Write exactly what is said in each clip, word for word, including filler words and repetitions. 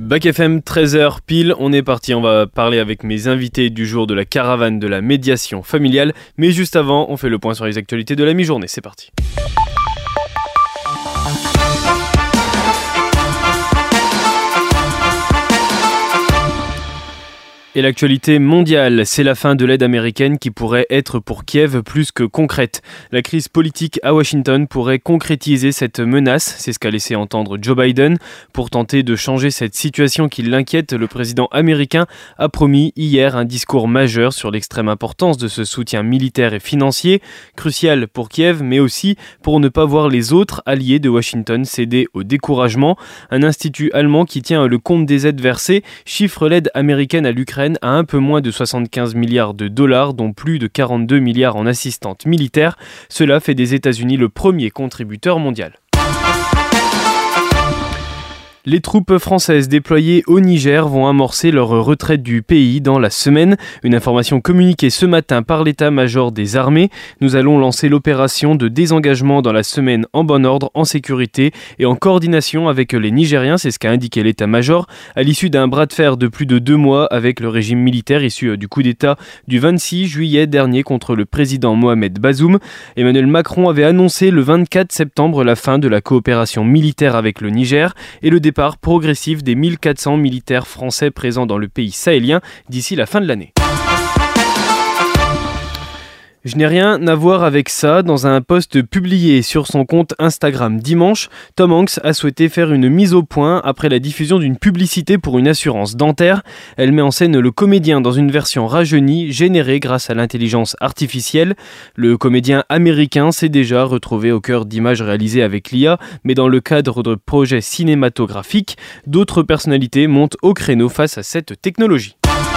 Bac F M, treize heures pile, on est parti, on va parler avec mes invités du jour de la caravane de la médiation familiale. Mais juste avant, on fait le point sur les actualités de la mi-journée, c'est parti. Et l'actualité mondiale, c'est la fin de l'aide américaine qui pourrait être pour Kiev plus que concrète. La crise politique à Washington pourrait concrétiser cette menace, c'est ce qu'a laissé entendre Joe Biden. Pour tenter de changer cette situation qui l'inquiète, le président américain a promis hier un discours majeur sur l'extrême importance de ce soutien militaire et financier, crucial pour Kiev, mais aussi pour ne pas voir les autres alliés de Washington céder au découragement. Un institut allemand qui tient le compte des aides versées chiffre l'aide américaine à l'Ukraine à un peu moins de soixante-quinze milliards de dollars, dont plus de quarante-deux milliards en assistance militaire. Cela fait des États-Unis le premier contributeur mondial. Les troupes françaises déployées au Niger vont amorcer leur retraite du pays dans la semaine. Une information communiquée ce matin par l'état-major des armées. Nous allons lancer l'opération de désengagement dans la semaine en bon ordre, en sécurité et en coordination avec les Nigériens. C'est ce qu'a indiqué l'état-major à l'issue d'un bras de fer de plus de deux mois avec le régime militaire issu du coup d'État du vingt-six juillet dernier contre le président Mohamed Bazoum. Emmanuel Macron avait annoncé le vingt-quatre septembre la fin de la coopération militaire avec le Niger et le départ progressif des mille quatre cents militaires français présents dans le pays sahélien d'ici la fin de l'année. Je n'ai rien à voir avec ça. Dans un post publié sur son compte Instagram dimanche, Tom Hanks a souhaité faire une mise au point après la diffusion d'une publicité pour une assurance dentaire. Elle met en scène le comédien dans une version rajeunie, générée grâce à l'intelligence artificielle. Le comédien américain s'est déjà retrouvé au cœur d'images réalisées avec l'I A, mais dans le cadre de projets cinématographiques, d'autres personnalités montent au créneau face à cette technologie.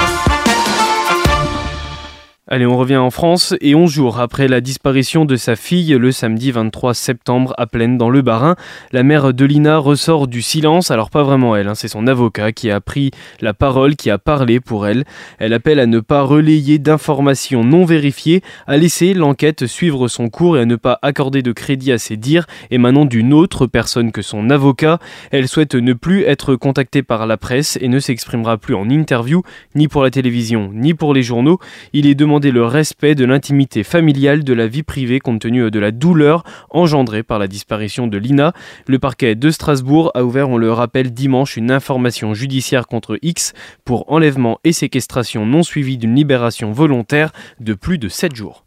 Allez, on revient en France et onze jours après la disparition de sa fille le samedi vingt-trois septembre à Plaine dans le Bas-Rhin, la mère de Lina ressort du silence. Alors pas vraiment elle, hein, c'est son avocat qui a pris la parole, qui a parlé pour elle. Elle appelle à ne pas relayer d'informations non vérifiées, à laisser l'enquête suivre son cours et à ne pas accorder de crédit à ses dires émanant d'une autre personne que son avocat. Elle souhaite ne plus être contactée par la presse et ne s'exprimera plus en interview, ni pour la télévision, ni pour les journaux. Il est demandé le respect de l'intimité familiale, de la vie privée compte tenu de la douleur engendrée par la disparition de Lina. Le parquet de Strasbourg a ouvert, on le rappelle, dimanche une information judiciaire contre X pour enlèvement et séquestration non suivie d'une libération volontaire de plus de sept jours.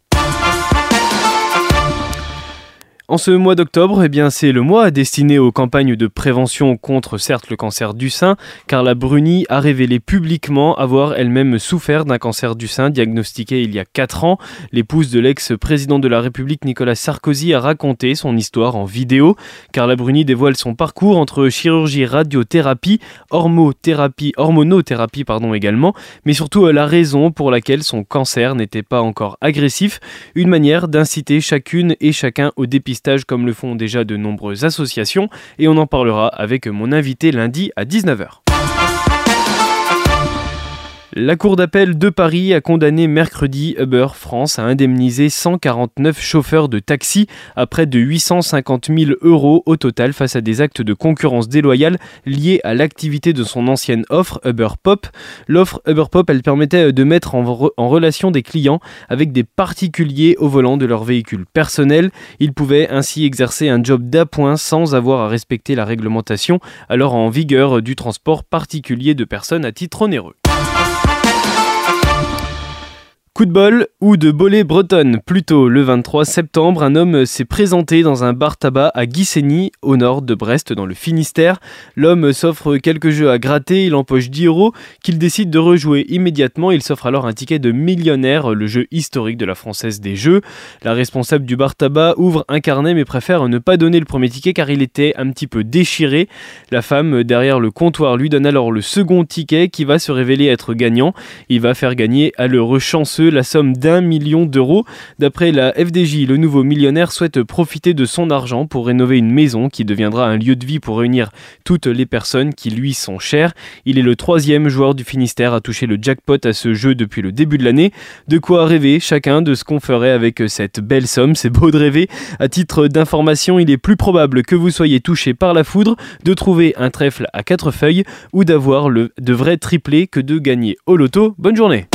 En ce mois d'octobre, eh bien, c'est le mois destiné aux campagnes de prévention contre, certes, le cancer du sein. Carla Bruni a révélé publiquement avoir elle-même souffert d'un cancer du sein diagnostiqué il y a quatre ans. L'épouse de l'ex-président de la République Nicolas Sarkozy a raconté son histoire en vidéo. Carla Bruni dévoile son parcours entre chirurgie, radiothérapie, hormothérapie, hormonothérapie pardon, également, mais surtout la raison pour laquelle son cancer n'était pas encore agressif. Une manière d'inciter chacune et chacun au dépistage comme le font déjà de nombreuses associations, et on en parlera avec mon invité lundi à dix-neuf heures. La Cour d'appel de Paris a condamné mercredi Uber France à indemniser cent quarante-neuf chauffeurs de taxi à près de huit cent cinquante mille euros au total face à des actes de concurrence déloyale liés à l'activité de son ancienne offre Uber Pop. L'offre Uber Pop, elle permettait de mettre en, re- en relation des clients avec des particuliers au volant de leur véhicule personnel. Ils pouvaient ainsi exercer un job d'appoint sans avoir à respecter la réglementation alors en vigueur du transport particulier de personnes à titre onéreux. Coup de bol ou de bolée bretonne. Plus tôt, le vingt-trois septembre, un homme s'est présenté dans un bar-tabac à Guissény, au nord de Brest, dans le Finistère. L'homme s'offre quelques jeux à gratter, il empoche dix euros, qu'il décide de rejouer immédiatement. Il s'offre alors un ticket de millionnaire, le jeu historique de la Française des Jeux. La responsable du bar-tabac ouvre un carnet mais préfère ne pas donner le premier ticket car il était un petit peu déchiré. La femme derrière le comptoir lui donne alors le second ticket qui va se révéler être gagnant. Il va faire gagner à l'heureux chanceux de la somme d'un million d'euros. D'après la F D J, le nouveau millionnaire souhaite profiter de son argent pour rénover une maison qui deviendra un lieu de vie pour réunir toutes les personnes qui lui sont chères. Il est le troisième joueur du Finistère à toucher le jackpot à ce jeu depuis le début de l'année. De quoi rêver chacun de ce qu'on ferait avec cette belle somme, c'est beau de rêver. À titre d'information, il est plus probable que vous soyez touché par la foudre, de trouver un trèfle à quatre feuilles ou d'avoir le de vrais triplés que de gagner au loto. Bonne journée.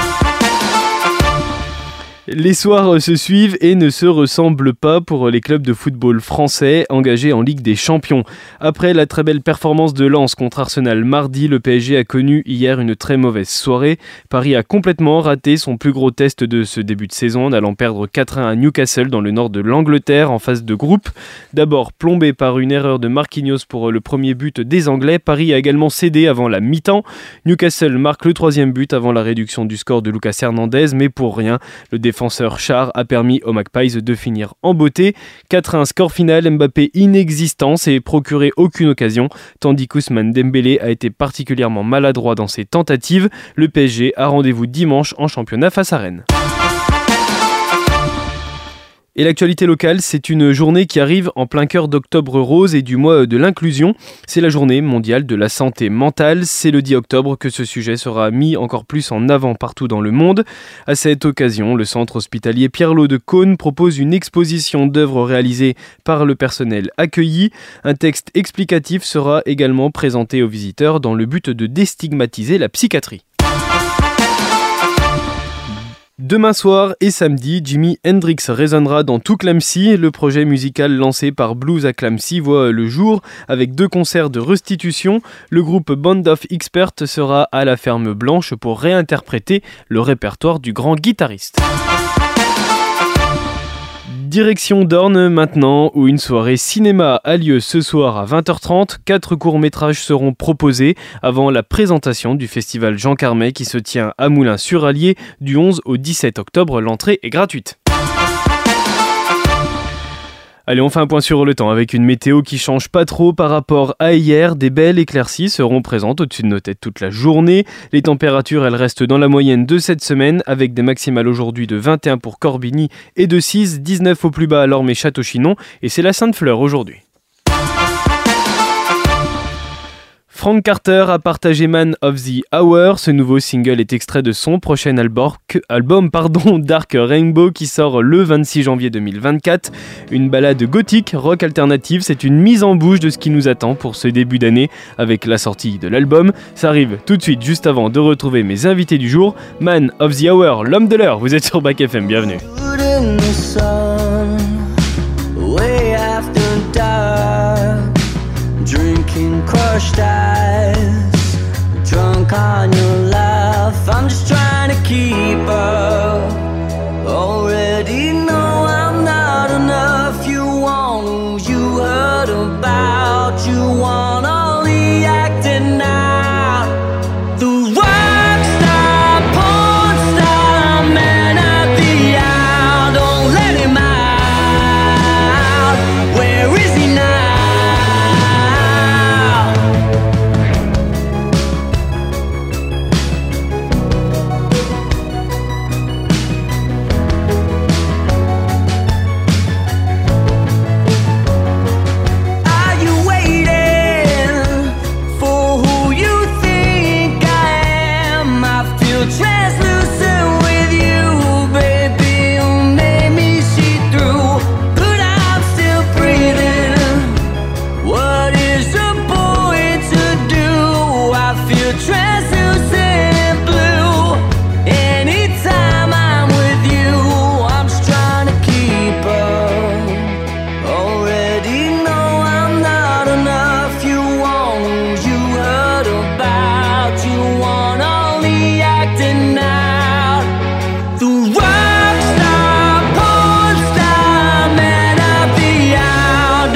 Les soirs se suivent et ne se ressemblent pas pour les clubs de football français engagés en Ligue des Champions. Après la très belle performance de Lens contre Arsenal mardi, le P S G a connu hier une très mauvaise soirée. Paris a complètement raté son plus gros test de ce début de saison en allant perdre quatre un à Newcastle dans le nord de l'Angleterre en phase de groupe. D'abord plombé par une erreur de Marquinhos pour le premier but des Anglais, Paris a également cédé avant la mi-temps. Newcastle marque le troisième but avant la réduction du score de Lucas Hernandez, mais pour rien, le défenseur défenseur Char a permis aux Magpies de finir en beauté. quatre un score final, Mbappé inexistant, s'est procuré aucune occasion, tandis qu'Ousmane Dembélé a été particulièrement maladroit dans ses tentatives. Le P S G a rendez-vous dimanche en championnat face à Rennes. Et l'actualité locale, c'est une journée qui arrive en plein cœur d'Octobre Rose et du mois de l'inclusion. C'est la journée mondiale de la santé mentale. C'est le dix octobre que ce sujet sera mis encore plus en avant partout dans le monde. À cette occasion, le centre hospitalier Pierre-Lot de Caunes propose une exposition d'œuvres réalisées par le personnel accueilli. Un texte explicatif sera également présenté aux visiteurs dans le but de déstigmatiser la psychiatrie. Demain soir et samedi, Jimi Hendrix résonnera dans tout Clamecy. Le projet musical lancé par Blues à Clamecy voit le jour avec deux concerts de restitution. Le groupe Band of Experts sera à la Ferme Blanche pour réinterpréter le répertoire du grand guitariste. Direction d'Orne maintenant, où une soirée cinéma a lieu ce soir à vingt heures trente. Quatre courts-métrages seront proposés avant la présentation du festival Jean Carmet qui se tient à Moulins-sur-Allier du onze au dix-sept octobre. L'entrée est gratuite. Allez, on fait un point sur le temps avec une météo qui change pas trop par rapport à hier. Des belles éclaircies seront présentes au-dessus de nos têtes toute la journée. Les températures, elles restent dans la moyenne de cette semaine avec des maximales aujourd'hui de vingt et un pour Corbigny et de six, dix-neuf au plus bas à Lorme et Château-Chinon. Et c'est la Sainte-Fleur aujourd'hui. Frank Carter a partagé Man of the Hour. Ce nouveau single est extrait de son prochain album, album pardon, Dark Rainbow qui sort le vingt-six janvier deux mille vingt-quatre. Une balade gothique, rock alternative, c'est une mise en bouche de ce qui nous attend pour ce début d'année avec la sortie de l'album. Ça arrive tout de suite juste avant de retrouver mes invités du jour. Man of the Hour, l'homme de l'heure, vous êtes sur Back F M, bienvenue. Drinking crushed ice, drunk on your laugh. I'm just trying to keep up. Already know I'm not enough. You want who you heard about. You want all the acting out. The rock star, porn star, man of the hour. Don't let him out. Where is he now?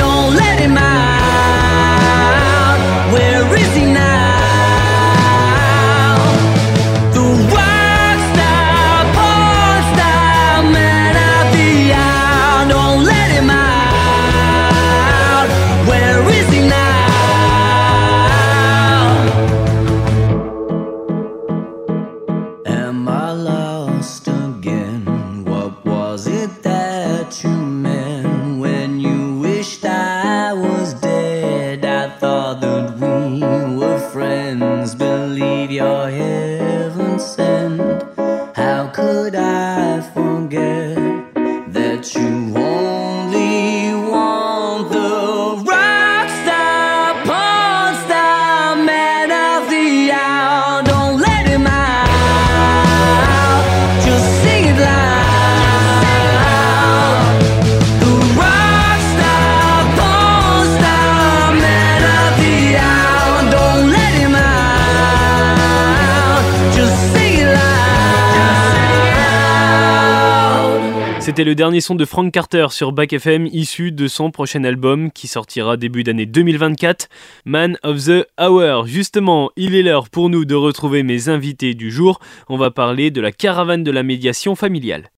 Where is he now? you're heaven sent. How could I forget that you only want the rock star, porn star, man of the hour? Don't let him out, just sing it loud. The rock star, porn star, man of the hour. Don't let him out, just sing it loud. C'était le dernier son de Frank Carter sur Back F M, issu de son prochain album qui sortira début d'année deux mille vingt-quatre, Man of the Hour. Justement, il est l'heure pour nous de retrouver mes invités du jour. On va parler de la caravane de la médiation familiale.